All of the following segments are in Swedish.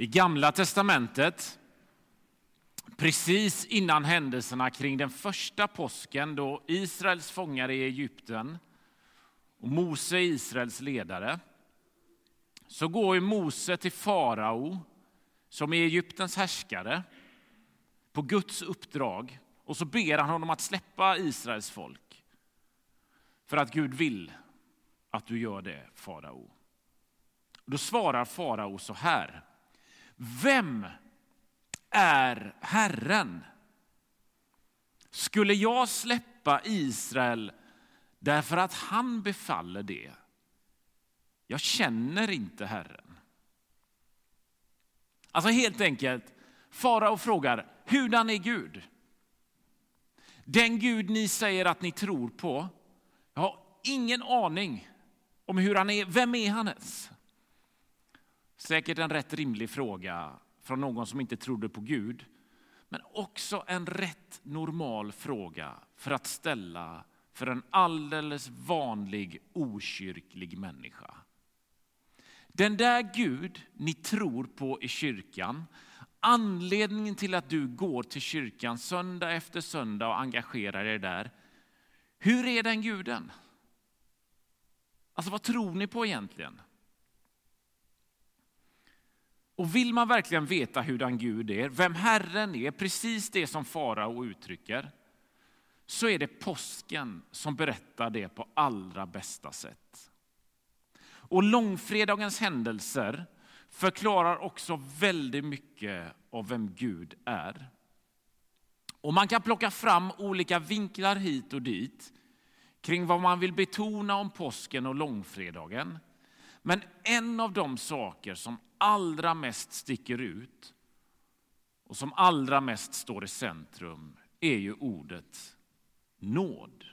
I Gamla testamentet, precis innan händelserna kring den första påsken då Israels fångar i Egypten och Mose Israels ledare, så går ju Mose till farao som är Egyptens härskare på Guds uppdrag, och så ber han honom att släppa Israels folk. För att Gud vill att du gör det, farao. Då svarar farao så här: vem är Herren? Skulle jag släppa Israel därför att han befaller det? Jag känner inte Herren. Alltså helt enkelt, farao frågar: hurdan är Gud? Den Gud ni säger att ni tror på, jag har ingen aning om hur han är. Vem är han ens? Säkert en rätt rimlig fråga från någon som inte trodde på Gud, men också en rätt normal fråga för att ställa för en alldeles vanlig okyrklig människa. Den där Gud ni tror på i kyrkan, anledningen till att du går till kyrkan söndag efter söndag och engagerar dig där, hur är den Guden? Alltså vad tror ni på egentligen? Och vill man verkligen veta hur den Gud är, vem Herren är, precis det som farao uttrycker, så är det påsken som berättar det på allra bästa sätt. Och långfredagens händelser förklarar också väldigt mycket av vem Gud är. Och man kan plocka fram olika vinklar hit och dit kring vad man vill betona om påsken och långfredagen. Men en av de saker som allra mest sticker ut och som allra mest står i centrum är ju ordet nåd.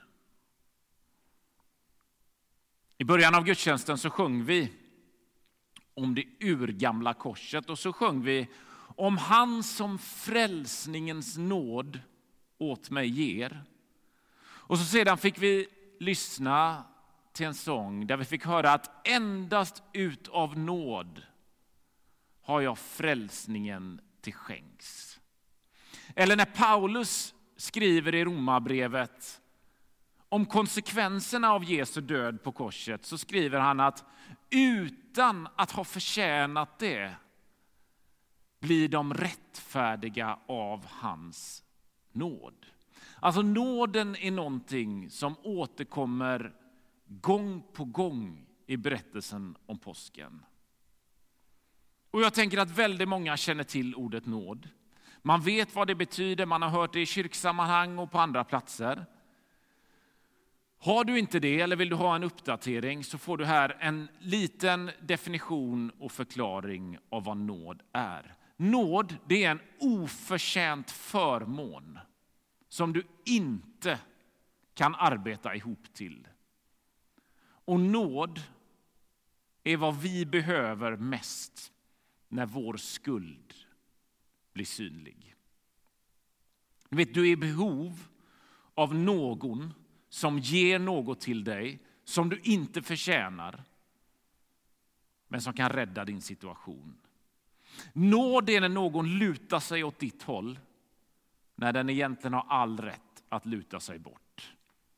I början av gudstjänsten så sjöng vi om det urgamla korset, och så sjöng vi om han som frälsningens nåd åt mig ger. Och så sedan fick vi lyssna till en sång där vi fick höra att endast utav nåd har jag frälsningen till skänks. Eller när Paulus skriver i Romarbrevet om konsekvenserna av Jesu död på korset, så skriver han att utan att ha förtjänat det blir de rättfärdiga av hans nåd. Alltså nåden är någonting som återkommer gång på gång i berättelsen om påsken. Och jag tänker att väldigt många känner till ordet nåd. Man vet vad det betyder, man har hört det i kyrksammanhang och på andra platser. Har du inte det eller vill du ha en uppdatering, så får du här en liten definition och förklaring av vad nåd är. Nåd, det är en oförtjänt förmån som du inte kan arbeta ihop till. Och nåd är vad vi behöver mest när vår skuld blir synlig. Du är i behov av någon som ger något till dig som du inte förtjänar, men som kan rädda din situation. Nåd är när någon lutar sig åt ditt håll när den egentligen har all rätt att luta sig bort.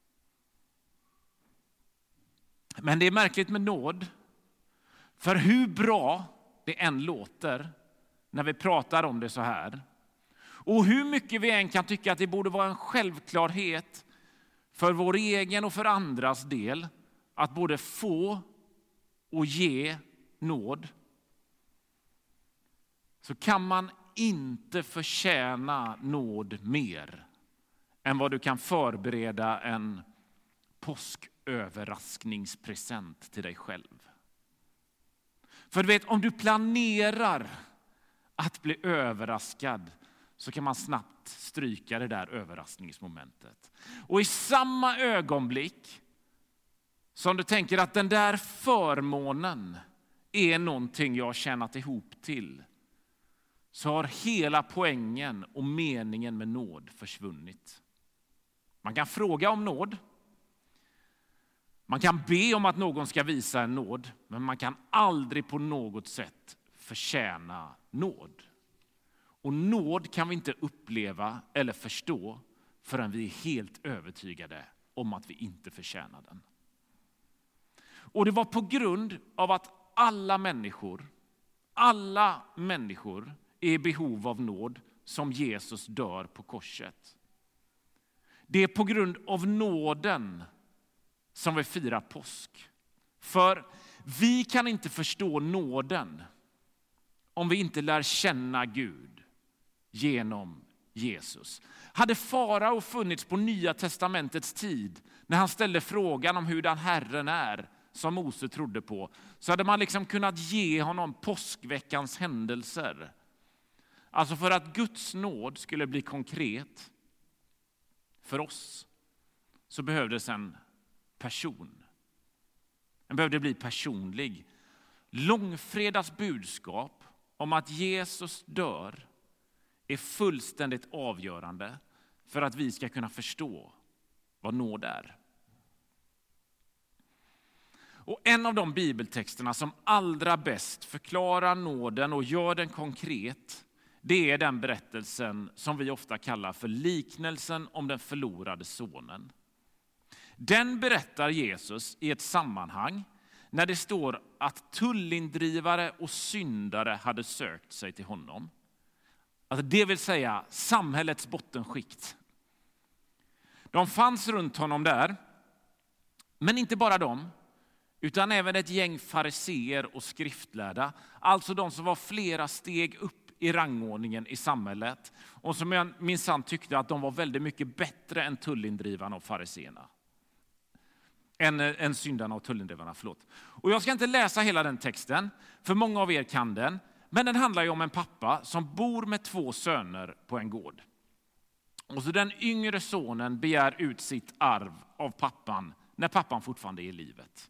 Men det är märkligt med nåd, för hur bra det än låter när vi pratar om det så här, och hur mycket vi än kan tycka att det borde vara en självklarhet för vår egen och för andras del att både få och ge nåd, så kan man inte förtjäna nåd mer än vad du kan förbereda en påsköverraskningspresent till dig själv. För du vet, om du planerar att bli överraskad så kan man snabbt stryka det där överraskningsmomentet. Och i samma ögonblick som du tänker att den där förmånen är någonting jag har tjänat ihop till, så har hela poängen och meningen med nåd försvunnit. Man kan fråga om nåd. Man kan be om att någon ska visa en nåd, men man kan aldrig på något sätt förtjäna nåd. Och nåd kan vi inte uppleva eller förstå förrän vi är helt övertygade om att vi inte förtjänar den. Och det var på grund av att alla människor är i behov av nåd som Jesus dör på korset. Det är på grund av nåden som vi firar påsk. För vi kan inte förstå nåden om vi inte lär känna Gud genom Jesus. Hade farao funnits på Nya testamentets tid när han ställde frågan om hur den Herren är som Mose trodde på, så hade man liksom kunnat ge honom påskveckans händelser. Alltså för att Guds nåd skulle bli konkret för oss så behövdes en person. Den behövde bli personlig. Långfredags budskap om att Jesus dör är fullständigt avgörande för att vi ska kunna förstå vad nåd är. Och en av de bibeltexterna som allra bäst förklarar nåden och gör den konkret, det är den berättelsen som vi ofta kallar för liknelsen om den förlorade sonen. Den berättar Jesus i ett sammanhang när det står att tullindrivare och syndare hade sökt sig till honom. Alltså det vill säga samhällets bottenskikt. De fanns runt honom där, men inte bara de, utan även ett gäng fariseer och skriftlärda. Alltså de som var flera steg upp i rangordningen i samhället. Och som jag minsann tyckte att de var väldigt mycket bättre än tullindrivarna och fariseerna. Än syndarna och tullindrivarna, förlåt. Och jag ska inte läsa hela den texten, för många av er kan den. Men den handlar ju om en pappa som bor med 2 söner på en gård. Och så den yngre sonen begär ut sitt arv av pappan när pappan fortfarande är i livet.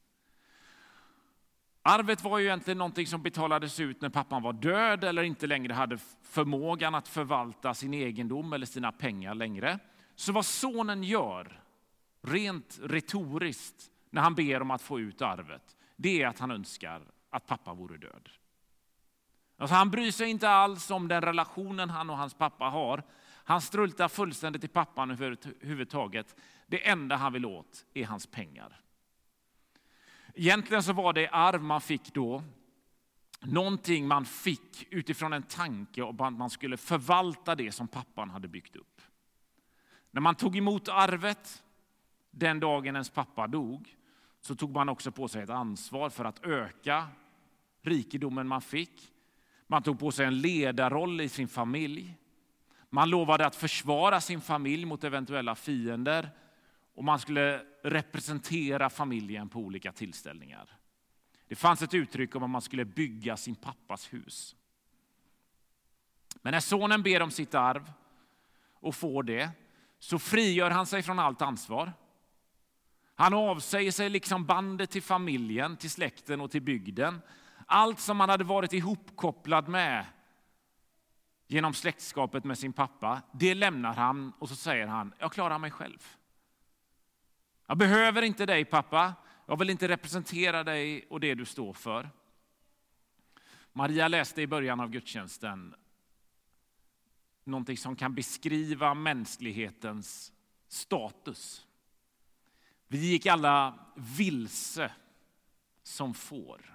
Arvet var ju egentligen någonting som betalades ut när pappan var död eller inte längre hade förmågan att förvalta sin egendom eller sina pengar längre. Så vad sonen gör, rent retoriskt, när han ber om att få ut arvet, det är att han önskar att pappa vore död. Alltså han bryr sig inte alls om den relationen han och hans pappa har. Han strultar fullständigt i pappan överhuvudtaget. Det enda han vill åt är hans pengar. Egentligen så var det arv man fick då någonting man fick utifrån en tanke om att man skulle förvalta det som pappan hade byggt upp. När man tog emot arvet den dagen ens pappa dog, så tog man också på sig ett ansvar för att öka rikedomen man fick. Man tog på sig en ledarroll i sin familj. Man lovade att försvara sin familj mot eventuella fiender. Och man skulle representera familjen på olika tillställningar. Det fanns ett uttryck om att man skulle bygga sin pappas hus. Men när sonen ber om sitt arv och får det, så frigör han sig från allt ansvar. Han avsäger sig liksom bandet till familjen, till släkten och till bygden. Allt som han hade varit ihopkopplad med genom släktskapet med sin pappa, det lämnar han och så säger han: jag klarar mig själv. Jag behöver inte dig, pappa. Jag vill inte representera dig och det du står för. Maria läste i början av gudstjänsten någonting som kan beskriva mänsklighetens status. Vi gick alla vilse som får.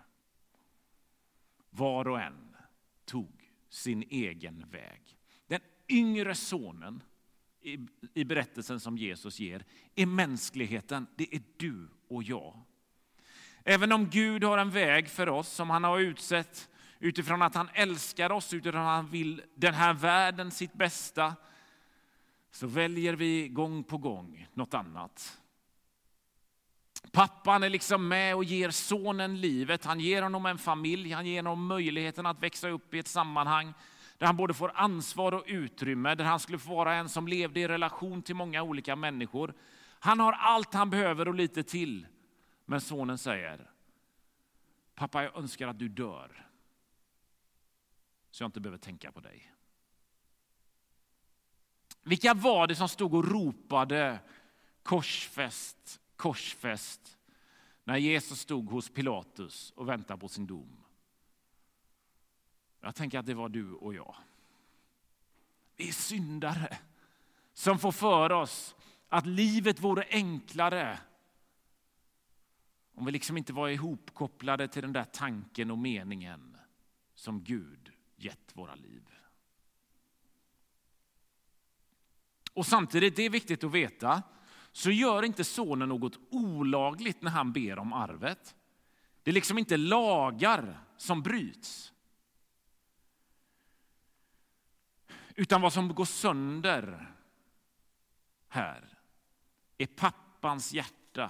Var och en tog sin egen väg. Den yngre sonen i berättelsen som Jesus ger är mänskligheten. Det är du och jag. Även om Gud har en väg för oss som han har utsett utifrån att han älskar oss, utifrån att han vill den här världen sitt bästa, så väljer vi gång på gång något annat. Pappan är liksom med och ger sonen livet. Han ger honom en familj. Han ger honom möjligheten att växa upp i ett sammanhang där han både får ansvar och utrymme. Där han skulle få vara en som levde i relation till många olika människor. Han har allt han behöver och lite till. Men sonen säger: pappa, jag önskar att du dör, så jag inte behöver tänka på dig. Vilka var det som stod och ropade korsfäst, korsfäst, när Jesus stod hos Pilatus och väntade på sin dom? Jag tänker att det var du och jag. Vi är syndare som får för oss att livet vore enklare om vi liksom inte var ihopkopplade till den där tanken och meningen som Gud gett våra liv. Och samtidigt, det är viktigt att veta, så gör inte sonen något olagligt när han ber om arvet. Det är liksom inte lagar som bryts. Utan vad som går sönder här är pappans hjärta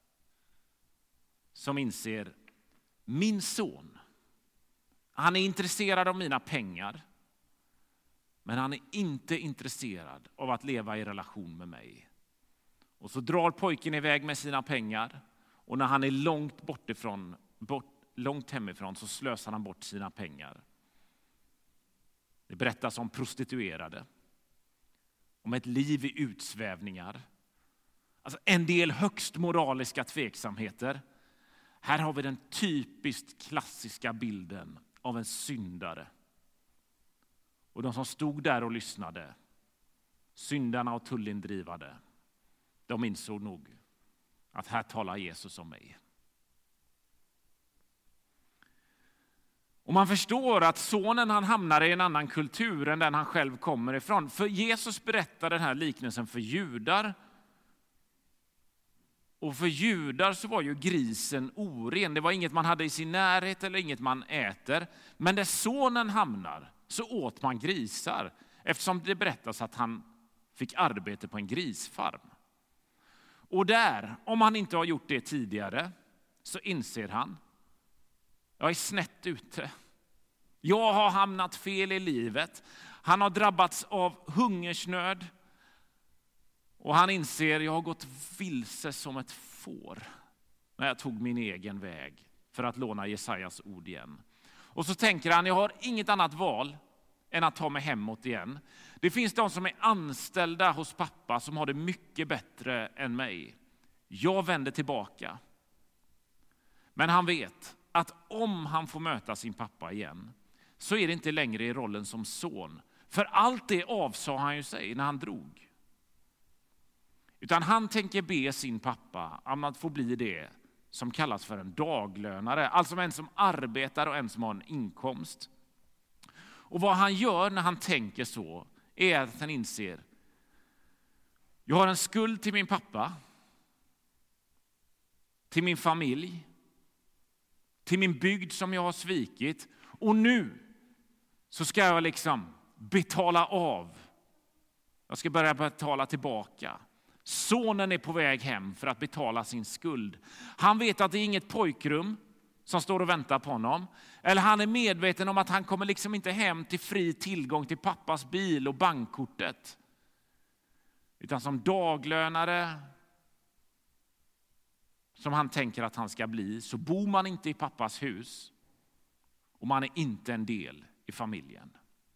som inser, min son, han är intresserad av mina pengar, men han är inte intresserad av att leva i relation med mig. Och så drar pojken iväg med sina pengar, och när han är långt hemifrån så slösar han bort sina pengar. Det berättas om prostituerade, om ett liv i utsvävningar. Alltså en del högst moraliska tveksamheter. Här har vi den typiskt klassiska bilden av en syndare. Och de som stod där och lyssnade, syndarna och tullindrivade, de insåg nog att här talar Jesus om mig. Och man förstår att sonen, han hamnar i en annan kultur än den han själv kommer ifrån. För Jesus berättar den här liknelsen för judar. Och för judar så var ju grisen oren. Det var inget man hade i sin närhet eller inget man äter. Men där sonen hamnar så åt man grisar. Eftersom det berättas att han fick arbete på en grisfarm. Och där, om han inte har gjort det tidigare, så inser han, jag är snett ute. Jag har hamnat fel i livet. Han har drabbats av hungersnöd. Och han inser, jag har gått vilse som ett får när jag tog min egen väg, för att låna Jesajas ord igen. Och så tänker han, jag har inget annat val än att ta mig hemåt igen. Det finns de som är anställda hos pappa som har det mycket bättre än mig. Jag vänder tillbaka. Men han vet att om han får möta sin pappa igen så är det inte längre i rollen som son. För allt det avsade han ju sig när han drog. Utan han tänker be sin pappa om att få bli det som kallas för en daglönare. Alltså en som arbetar och en som har en inkomst. Och vad han gör när han tänker så är att han inser, jag har en skuld till min pappa, till min familj, till min bygd som jag har svikit. Och nu så ska jag liksom betala av. Jag ska börja betala tillbaka. Sonen är på väg hem för att betala sin skuld. Han vet att det är inget pojkrum som står och väntar på honom. Eller han är medveten om att han kommer liksom inte hem till fri tillgång till pappas bil och bankkortet. Utan som daglönare, som han tänker att han ska bli, så bor man inte i pappas hus. Och man är inte en del i familjen.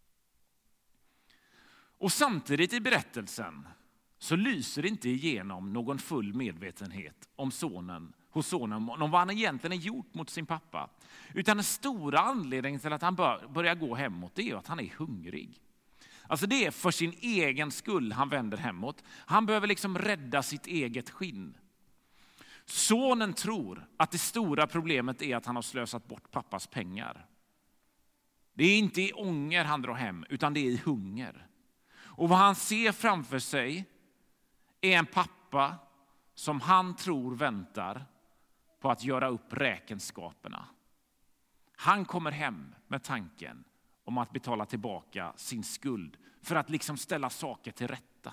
Och samtidigt i berättelsen så lyser det inte igenom någon full medvetenhet om hos sonen om vad han egentligen har gjort mot sin pappa. Utan den stora anledningen till att han börjar gå hemåt, det är att han är hungrig. Alltså det är för sin egen skull han vänder hemåt. Han behöver liksom rädda sitt eget skinn. Sonen tror att det stora problemet är att han har slösat bort pappas pengar. Det är inte i ånger han drar hem, utan det är i hunger. Och vad han ser framför sig är en pappa som han tror väntar på att göra upp räkenskaperna. Han kommer hem med tanken om att betala tillbaka sin skuld för att liksom ställa saker till rätta.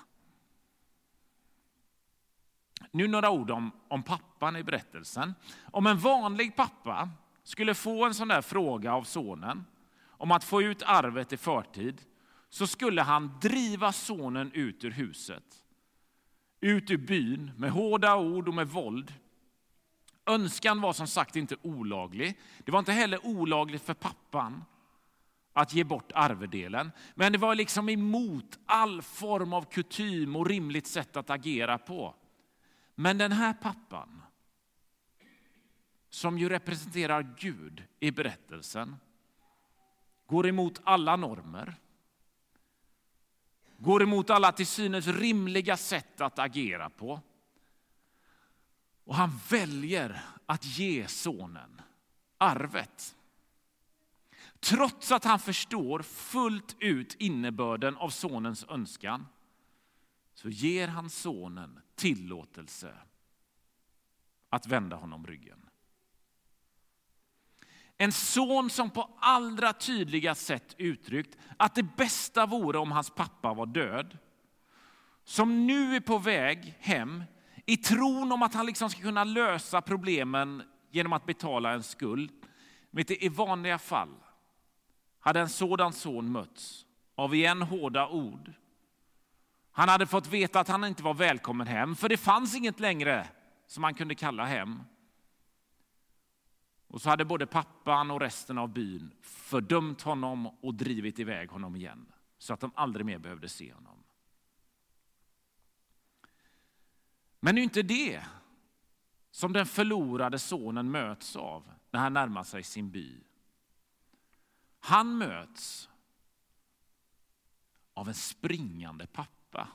Nu några ord om pappan i berättelsen. Om en vanlig pappa skulle få en sån där fråga av sonen om att få ut arvet i förtid, så skulle han driva sonen ut ur huset. Ut ur byn med hårda ord och med våld. Önskan var som sagt inte olaglig. Det var inte heller olagligt för pappan att ge bort arvedelen. Men det var liksom emot all form av kutym och rimligt sätt att agera på. Men den här pappan, som ju representerar Gud i berättelsen, går emot alla normer, går emot alla till synes rimliga sätt att agera på. Och han väljer att ge sonen arvet. Trots att han förstår fullt ut innebörden av sonens önskan, så ger han sonen tillåtelse att vända honom ryggen. En son som på allra tydligast sätt uttryckt att det bästa vore om hans pappa var död. Som nu är på väg hem i tron om att han liksom ska kunna lösa problemen genom att betala en skuld. Vet du, i vanliga fall hade en sådan son mötts av igen hårda ord. Han hade fått veta att han inte var välkommen hem, för det fanns inget längre som man kunde kalla hem. Och så hade både pappan och resten av byn fördömt honom och drivit iväg honom igen, så att de aldrig mer behövde se honom. Men det är inte det som den förlorade sonen möts av när han närmar sig sin by. Han möts av en springande pappa.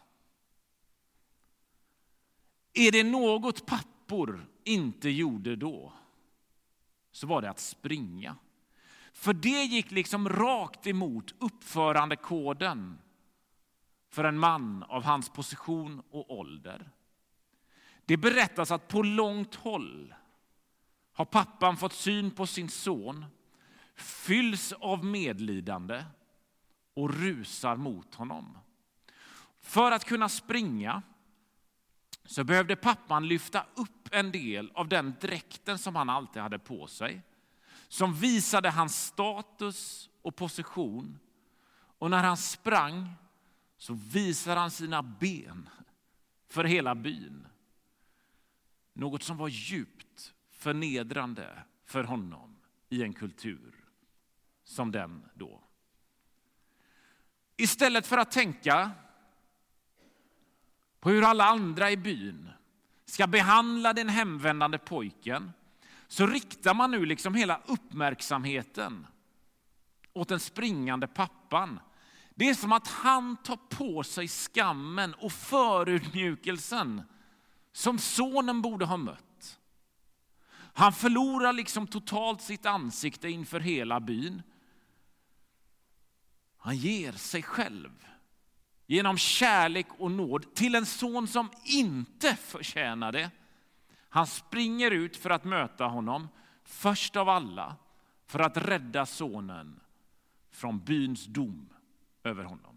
Är det något pappor inte gjorde då, så var det att springa. För det gick liksom rakt emot uppförandekoden för en man av hans position och ålder. Det berättas att på långt håll har pappan fått syn på sin son, fylls av medlidande och rusar mot honom. För att kunna springa så behövde pappan lyfta upp en del av den dräkten som han alltid hade på sig, som visade hans status och position. Och när han sprang så visade han sina ben för hela byn. Något som var djupt förnedrande för honom i en kultur som den då. Istället för att tänka på hur alla andra i byn ska behandla den hemvändande pojken, så riktar man nu liksom hela uppmärksamheten åt den springande pappan. Det är som att han tar på sig skammen och förutmjukelsen som sonen borde ha mött. Han förlorar liksom totalt sitt ansikte inför hela byn. Han ger sig själv genom kärlek och nåd till en son som inte förtjänar det. Han springer ut för att möta honom, först av alla, för att rädda sonen från byns dom över honom.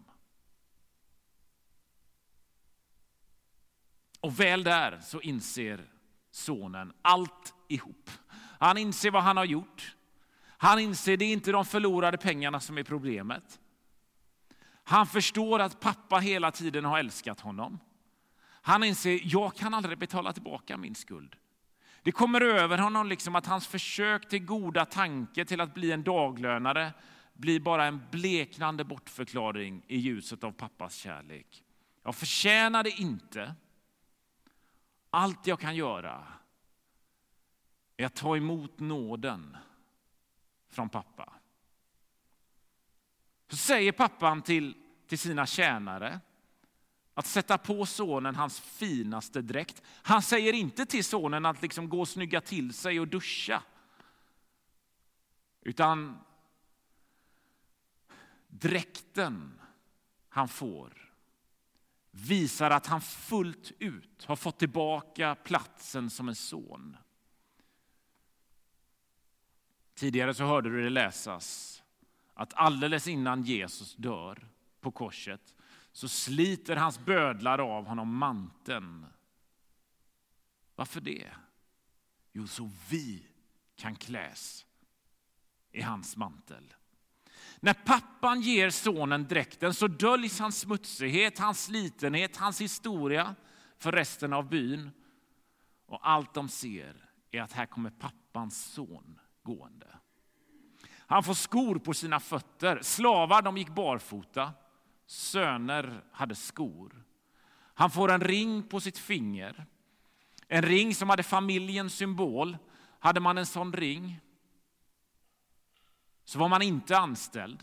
Och väl där så inser sonen allt ihop. Han inser vad han har gjort. Han inser det är inte de förlorade pengarna som är problemet. Han förstår att pappa hela tiden har älskat honom. Han inser, jag kan aldrig betala tillbaka min skuld. Det kommer över honom liksom att hans försök till goda tanke till att bli en daglönare blir bara en bleknande bortförklaring i ljuset av pappas kärlek. Jag förtjänar det inte. Allt jag kan göra är att ta emot nåden från pappa. Så säger pappan till sina tjänare att sätta på sonen hans finaste dräkt. Han säger inte till sonen att liksom gå och snygga till sig och duscha. Utan dräkten han får visar att han fullt ut har fått tillbaka platsen som en son. Tidigare så hörde du det läsas att alldeles innan Jesus dör på korset så sliter hans bödlar av honom manteln. Varför det? Jo, så vi kan kläs i hans mantel. När pappan ger sonen dräkten så döljs hans smutsighet, hans slitenhet, hans historia för resten av byn. Och allt de ser är att här kommer pappans son gående. Han får skor på sina fötter. Slavar, de gick barfota. Söner hade skor. Han får en ring på sitt finger. En ring som hade familjens symbol. Hade man en sån ring så var man inte anställd.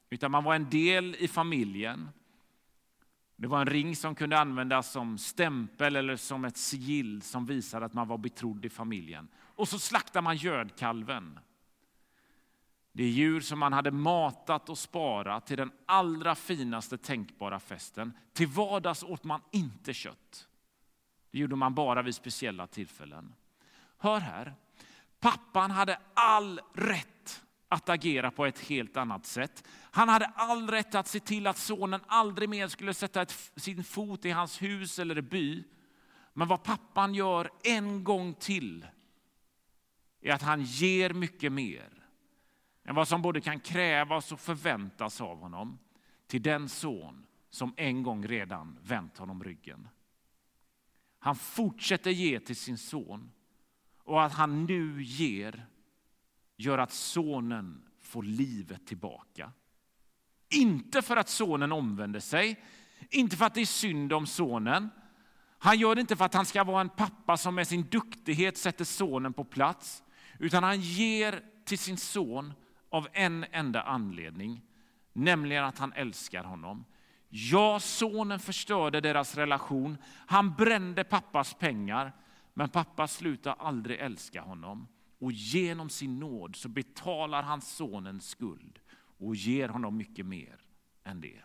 utan man var en del i familjen. Det var en ring som kunde användas som stämpel eller som ett sigill som visade att man var betrodd i familjen. Och så slaktade man gödkalven. Det är djur som man hade matat och sparat till den allra finaste tänkbara festen. Till vardags åt man inte kött. Det gjorde man bara vid speciella tillfällen. Hör här, pappan hade all rätt att agera på ett helt annat sätt. Han hade all rätt att se till att sonen aldrig mer skulle sätta sin fot i hans hus eller by. Men vad pappan gör en gång till är att han ger mycket mer än vad som både kan krävas och förväntas av honom till den son som en gång redan vänt honom ryggen. Han fortsätter ge till sin son, och att han nu ger gör att sonen får livet tillbaka. Inte för att sonen omvänder sig, inte för att det är synd om sonen. Han gör det inte för att han ska vara en pappa som med sin duktighet sätter sonen på plats, utan han ger till sin son av en enda anledning, nämligen att han älskar honom. Ja, sonen förstörde deras relation. Han brände pappas pengar, men pappa slutar aldrig älska honom. Och genom sin nåd så betalar han sonens skuld och ger honom mycket mer än det.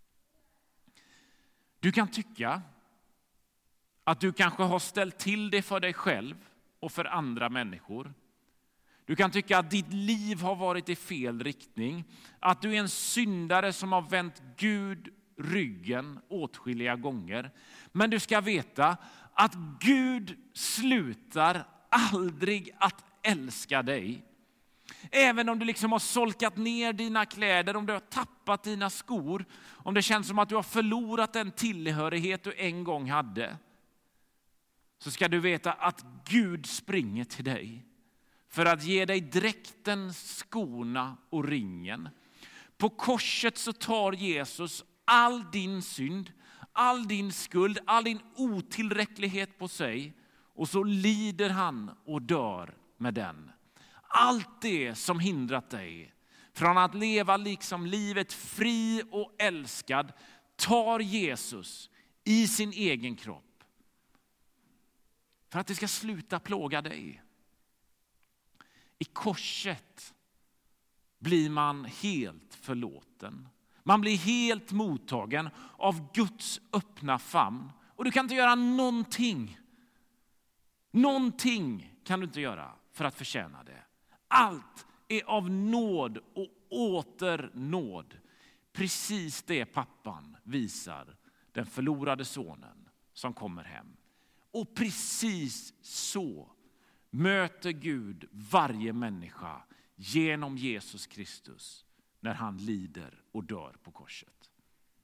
Du kan tycka att du kanske har ställt till det för dig själv och för andra människor. Du kan tycka att ditt liv har varit i fel riktning. Att du är en syndare som har vänt Gud ryggen åtskilliga gånger. Men du ska veta att Gud slutar aldrig att älska dig. Även om du liksom har solkat ner dina kläder, om du har tappat dina skor, om det känns som att du har förlorat den tillhörighet du en gång hade, så ska du veta att Gud springer till dig för att ge dig dräkten, skorna och ringen. På korset så tar Jesus all din synd, all din skuld, all din otillräcklighet på sig, och så lider han och dör med den. Allt det som hindrat dig från att leva liksom livet fri och älskad tar Jesus i sin egen kropp för att det ska sluta plåga dig. I korset blir man helt förlåten. Man blir helt mottagen av Guds öppna famn. Och du kan inte göra någonting. Någonting kan du inte göra för att förtjäna det. Allt är av nåd och åter nåd. Precis det pappan visar den förlorade sonen som kommer hem. Och precis så möter Gud varje människa genom Jesus Kristus när han lider och dör på korset.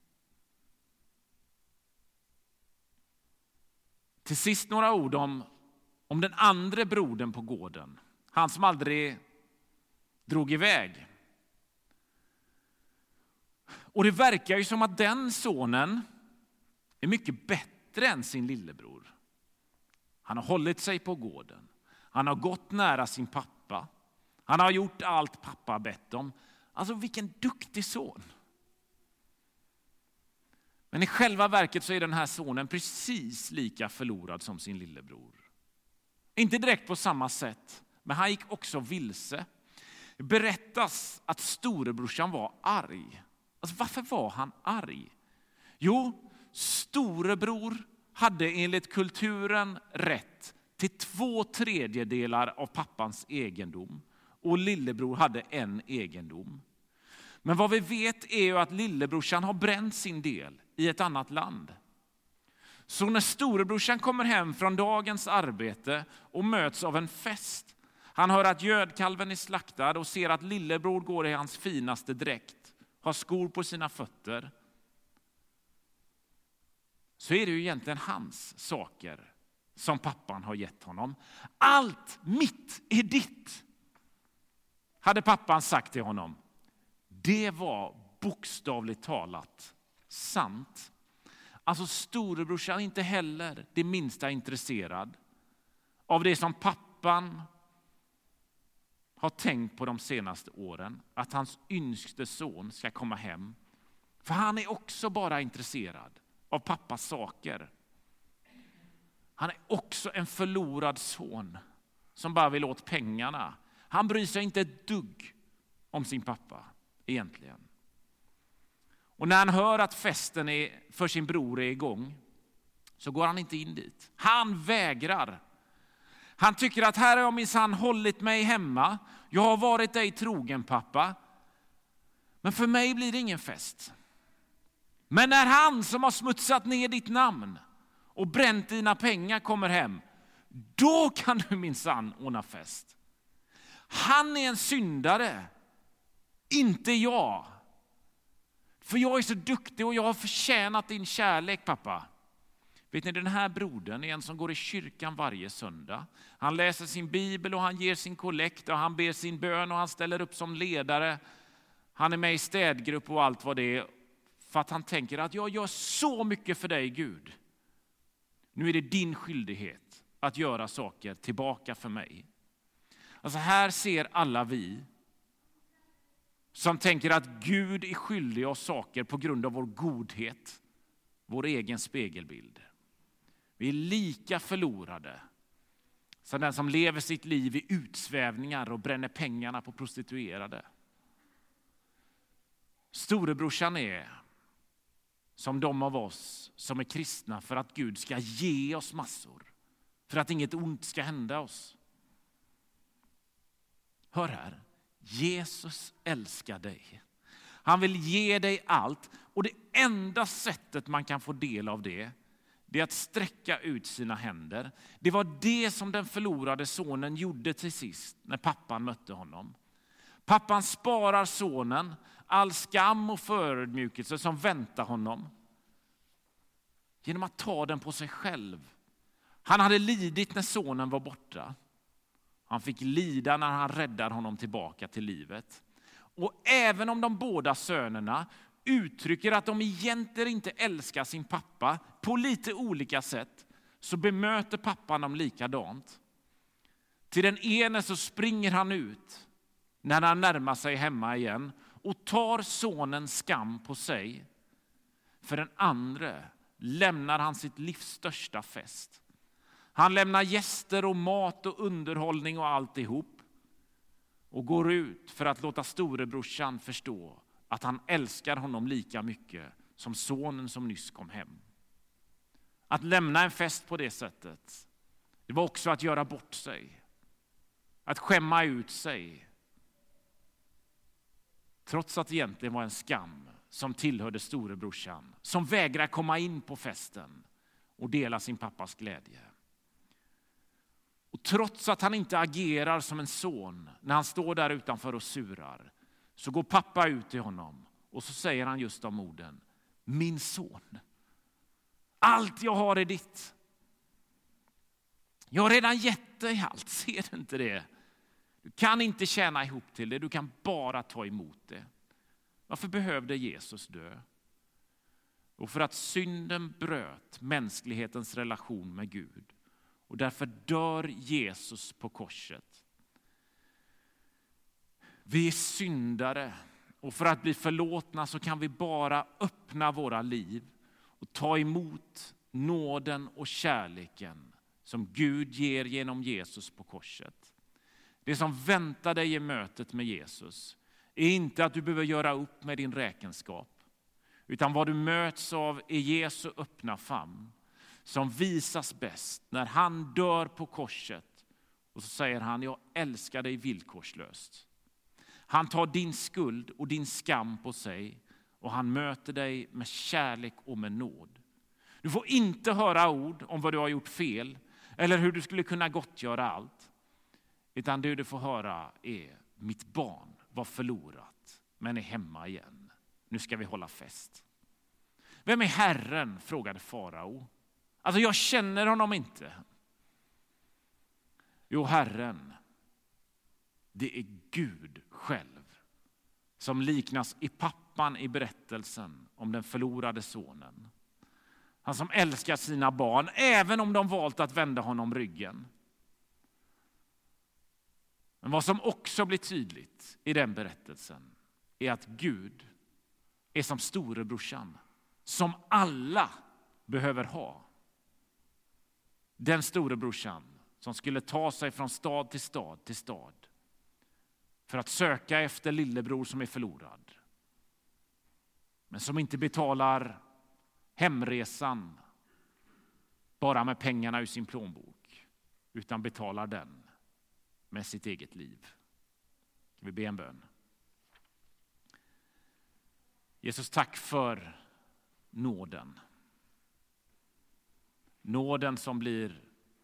Till sist några ord om den andra brodern på gården. Han som aldrig drog iväg. Och det verkar ju som att den sonen är mycket bättre än sin lillebror. Han har hållit sig på gården. Han har gått nära sin pappa. Han har gjort allt pappa bett om. Alltså vilken duktig son. Men i själva verket så är den här sonen precis lika förlorad som sin lillebror. Inte direkt på samma sätt, men han gick också vilse. Det berättas att storebrorsan var arg. Alltså varför var han arg? Jo, storebror hade enligt kulturen rätt till 2/3 av pappans egendom. Och lillebror hade en egendom. Men vad vi vet är ju att lillebrorsan har bränt sin del i ett annat land. Så när storebrorsan kommer hem från dagens arbete och möts av en fest, han hör att gödkalven är slaktad och ser att lillebror går i hans finaste dräkt, har skor på sina fötter, så är det ju egentligen hans saker som pappan har gett honom. Allt mitt är ditt, hade pappan sagt till honom. Det var bokstavligt talat sant. Alltså storebrorsan är inte heller det minsta intresserad av det som pappan har tänkt på de senaste åren att hans yngste son ska komma hem. För han är också bara intresserad av pappas saker. Han är också en förlorad son som bara vill åt pengarna. Han bryr sig inte ett dugg om sin pappa egentligen. Och när han hör att festen för sin bror är igång så går han inte in dit. Han vägrar. Han tycker att här har jag minsann hållit mig hemma. Jag har varit dig trogen, pappa. Men för mig blir det ingen fest. Men när han som har smutsat ner ditt namn och bränt dina pengar kommer hem, då kan du minsann ordna fest. Han är en syndare, inte jag. För jag är så duktig och jag har förtjänat din kärlek, pappa. Vet ni, den här brodern är en som går i kyrkan varje söndag. Han läser sin bibel och han ger sin kollekt och han ber sin bön och han ställer upp som ledare. Han är med i städgrupp och allt vad det är. För att han tänker att jag gör så mycket för dig, Gud. Nu är det din skyldighet att göra saker tillbaka för mig. Alltså här ser alla vi som tänker att Gud är skyldig oss saker på grund av vår godhet, vår egen spegelbild. Vi är lika förlorade som den som lever sitt liv i utsvävningar och bränner pengarna på prostituerade. Storebrorsan är som de av oss som är kristna för att Gud ska ge oss massor. För att inget ont ska hända oss. Hör här, Jesus älskar dig. Han vill ge dig allt och det enda sättet man kan få del av det är att sträcka ut sina händer. Det var det som den förlorade sonen gjorde till sist när pappan mötte honom. Pappan sparar sonen all skam och förödmjukelse som väntar honom genom att ta den på sig själv. Han hade lidit när sonen var borta. Han fick lida när han räddade honom tillbaka till livet. Och även om de båda sönerna uttrycker att de egentligen inte älskar sin pappa på lite olika sätt, så bemöter pappan dem likadant. Till den ene så springer han ut när han närmar sig hemma igen och tar sonens skam på sig. För den andra lämnar han sitt livs största fest. Han lämnar gäster och mat och underhållning och alltihop och går ut för att låta storebrorsan förstå att han älskar honom lika mycket som sonen som nyss kom hem. Att lämna en fest på det sättet, det var också att göra bort sig. Att skämma ut sig. Trots att det egentligen var en skam som tillhörde storebrorsan, som vägrar komma in på festen och dela sin pappas glädje. Och trots att han inte agerar som en son när han står där utanför och surar, så går pappa ut till honom och så säger han just de orden: min son, allt jag har är ditt. Jag har redan gett dig allt, ser du inte det? Du kan inte tjäna ihop till det, du kan bara ta emot det. Varför behövde Jesus dö? Och för att synden bröt mänsklighetens relation med Gud. Och därför dör Jesus på korset. Vi är syndare och för att bli förlåtna så kan vi bara öppna våra liv och ta emot nåden och kärleken som Gud ger genom Jesus på korset. Det som väntar dig i mötet med Jesus är inte att du behöver göra upp med din räkenskap, utan vad du möts av är Jesu öppna famn som visas bäst när han dör på korset och så säger han: jag älskar dig villkorslöst. Han tar din skuld och din skam på sig och han möter dig med kärlek och med nåd. Du får inte höra ord om vad du har gjort fel eller hur du skulle kunna gottgöra allt. Utan det du får höra är: mitt barn var förlorat men är hemma igen. Nu ska vi hålla fest. Vem är Herren? Frågade farao. Alltså jag känner honom inte. Jo, Herren, det är Gud själv som liknas i pappan i berättelsen om den förlorade sonen. Han som älskar sina barn även om de valt att vända honom ryggen. Men vad som också blir tydligt i den berättelsen är att Gud är som storebrorsan som alla behöver ha. Den storebrorsan som skulle ta sig från stad till stad till stad för att söka efter lillebror som är förlorad. Men som inte betalar hemresan bara med pengarna ur sin plånbok, utan betalar den med sitt eget liv. Vi ber en bön. Jesus, tack för nåden. Nåden som blir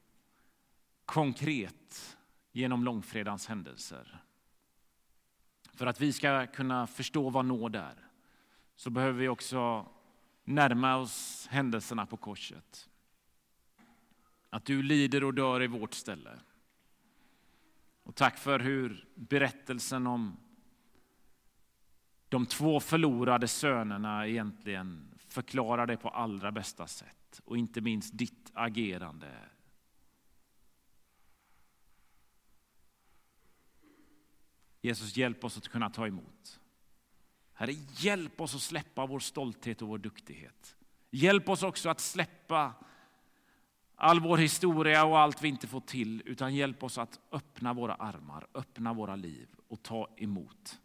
konkret genom långfredagens händelser. För att vi ska kunna förstå vad nåd är så behöver vi också närma oss händelserna på korset. Att du lider och dör i vårt ställe. Och tack för hur berättelsen om de 2 förlorade sönerna egentligen förklarar det på allra bästa sätt. Och inte minst ditt agerande. Jesus, hjälp oss att kunna ta emot. Herre, hjälp oss att släppa vår stolthet och vår duktighet. Hjälp oss också att släppa all vår historia och allt vi inte får till, utan hjälp oss att öppna våra armar, öppna våra liv och ta emot.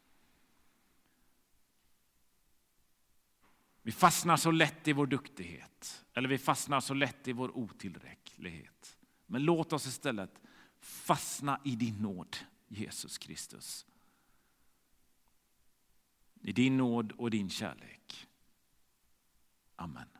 Vi fastnar så lätt i vår duktighet, eller vi fastnar så lätt i vår otillräcklighet. Men låt oss istället fastna i din nåd, Jesus Kristus. I din nåd och din kärlek. Amen.